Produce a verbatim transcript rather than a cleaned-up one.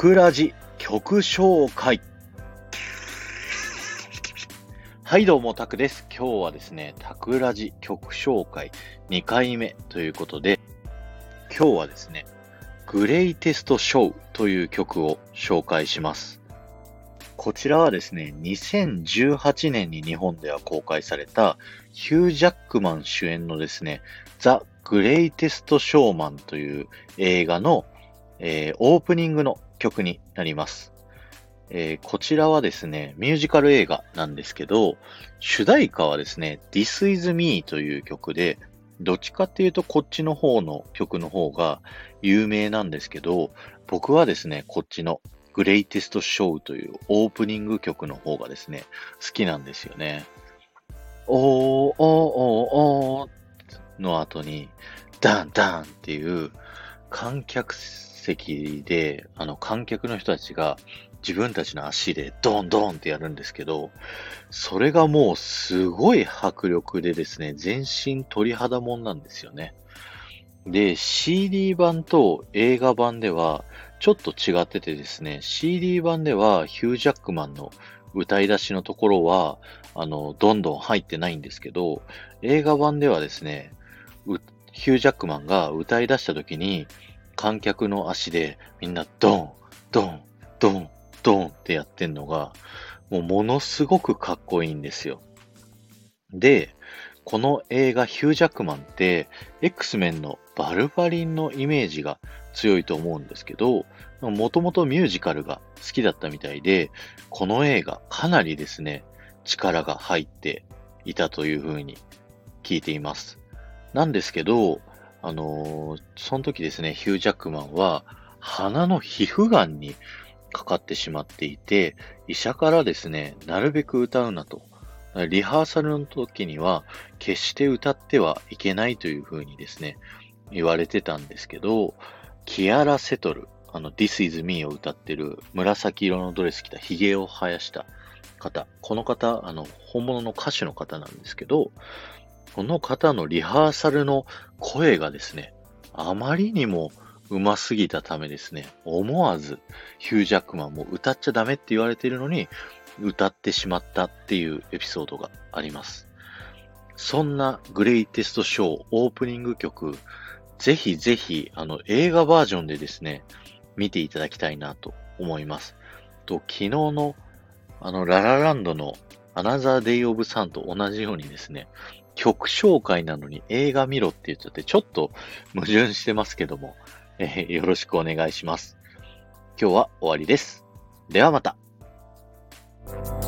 クラジ曲紹介。はいどうもタクです。今日はですね、タクラジ曲紹介にかいめということで、今日はですね、グレイテストショーという曲を紹介します。こちらはですね、にせんじゅうはちねんに日本では公開されたヒュー・ジャックマン主演のですね、ザ・グレイテスト・ショーマンという映画の、えーオープニングの曲になります。えーこちらはですね、ミュージカル映画なんですけど、主題歌はですね、This Is Me という曲で、どっちかっていうとこっちの方の曲の方が有名なんですけど、僕はですね、こっちのグレイテストショーというオープニング曲の方がですね、好きなんですよね。おーおーおーおーの後に、ダンダンっていう観客席で、あの観客の人たちが自分たちの足でドンドンってやるんですけど、それがもうすごい迫力でですね、全身鳥肌もんなんですよね。で、シーディー 版と映画版ではちょっと違っててですね、シーディー 版ではヒュー・ジャックマンの歌い出しのところは、あの、どんどん入ってないんですけど、映画版ではですね、うヒュー・ジャックマンが歌い出した時に、観客の足でみんなドン、ドン、ドン、ドンってやってんのが、もうものすごくかっこいいんですよ。で、この映画ヒュー・ジャックマンって X メンのバルバリンのイメージが強いと思うんですけど、もともとミュージカルが好きだったみたいで、この映画かなりですね、力が入っていたというふうに聞いています。なんですけど、あのーその時ですね、ヒュー・ジャックマンは鼻の皮膚がんにかかってしまっていて、医者からですね、なるべく歌うなと。リハーサルの時には決して歌ってはいけないというふうにですね、言われてたんですけど、キアラ・セトル、あの、This Is Me を歌ってる紫色のドレス着た髭を生やした方、この方、あの、本物の歌手の方なんですけど、この方のリハーサルの声がですね、あまりにも上手すぎたためですね、思わずヒュー・ジャックマンも歌っちゃダメって言われているのに、歌ってしまったっていうエピソードがあります。そんなグレイテストショーオープニング曲、ぜひぜひあの映画バージョンでですね、見ていただきたいなと思います。と昨日のあのララランドのアナザーデイオブサンと同じようにですね、曲紹介なのに映画見ろって言っちゃってちょっと矛盾してますけども、えーよろしくお願いします。今日は終わりです。ではまた。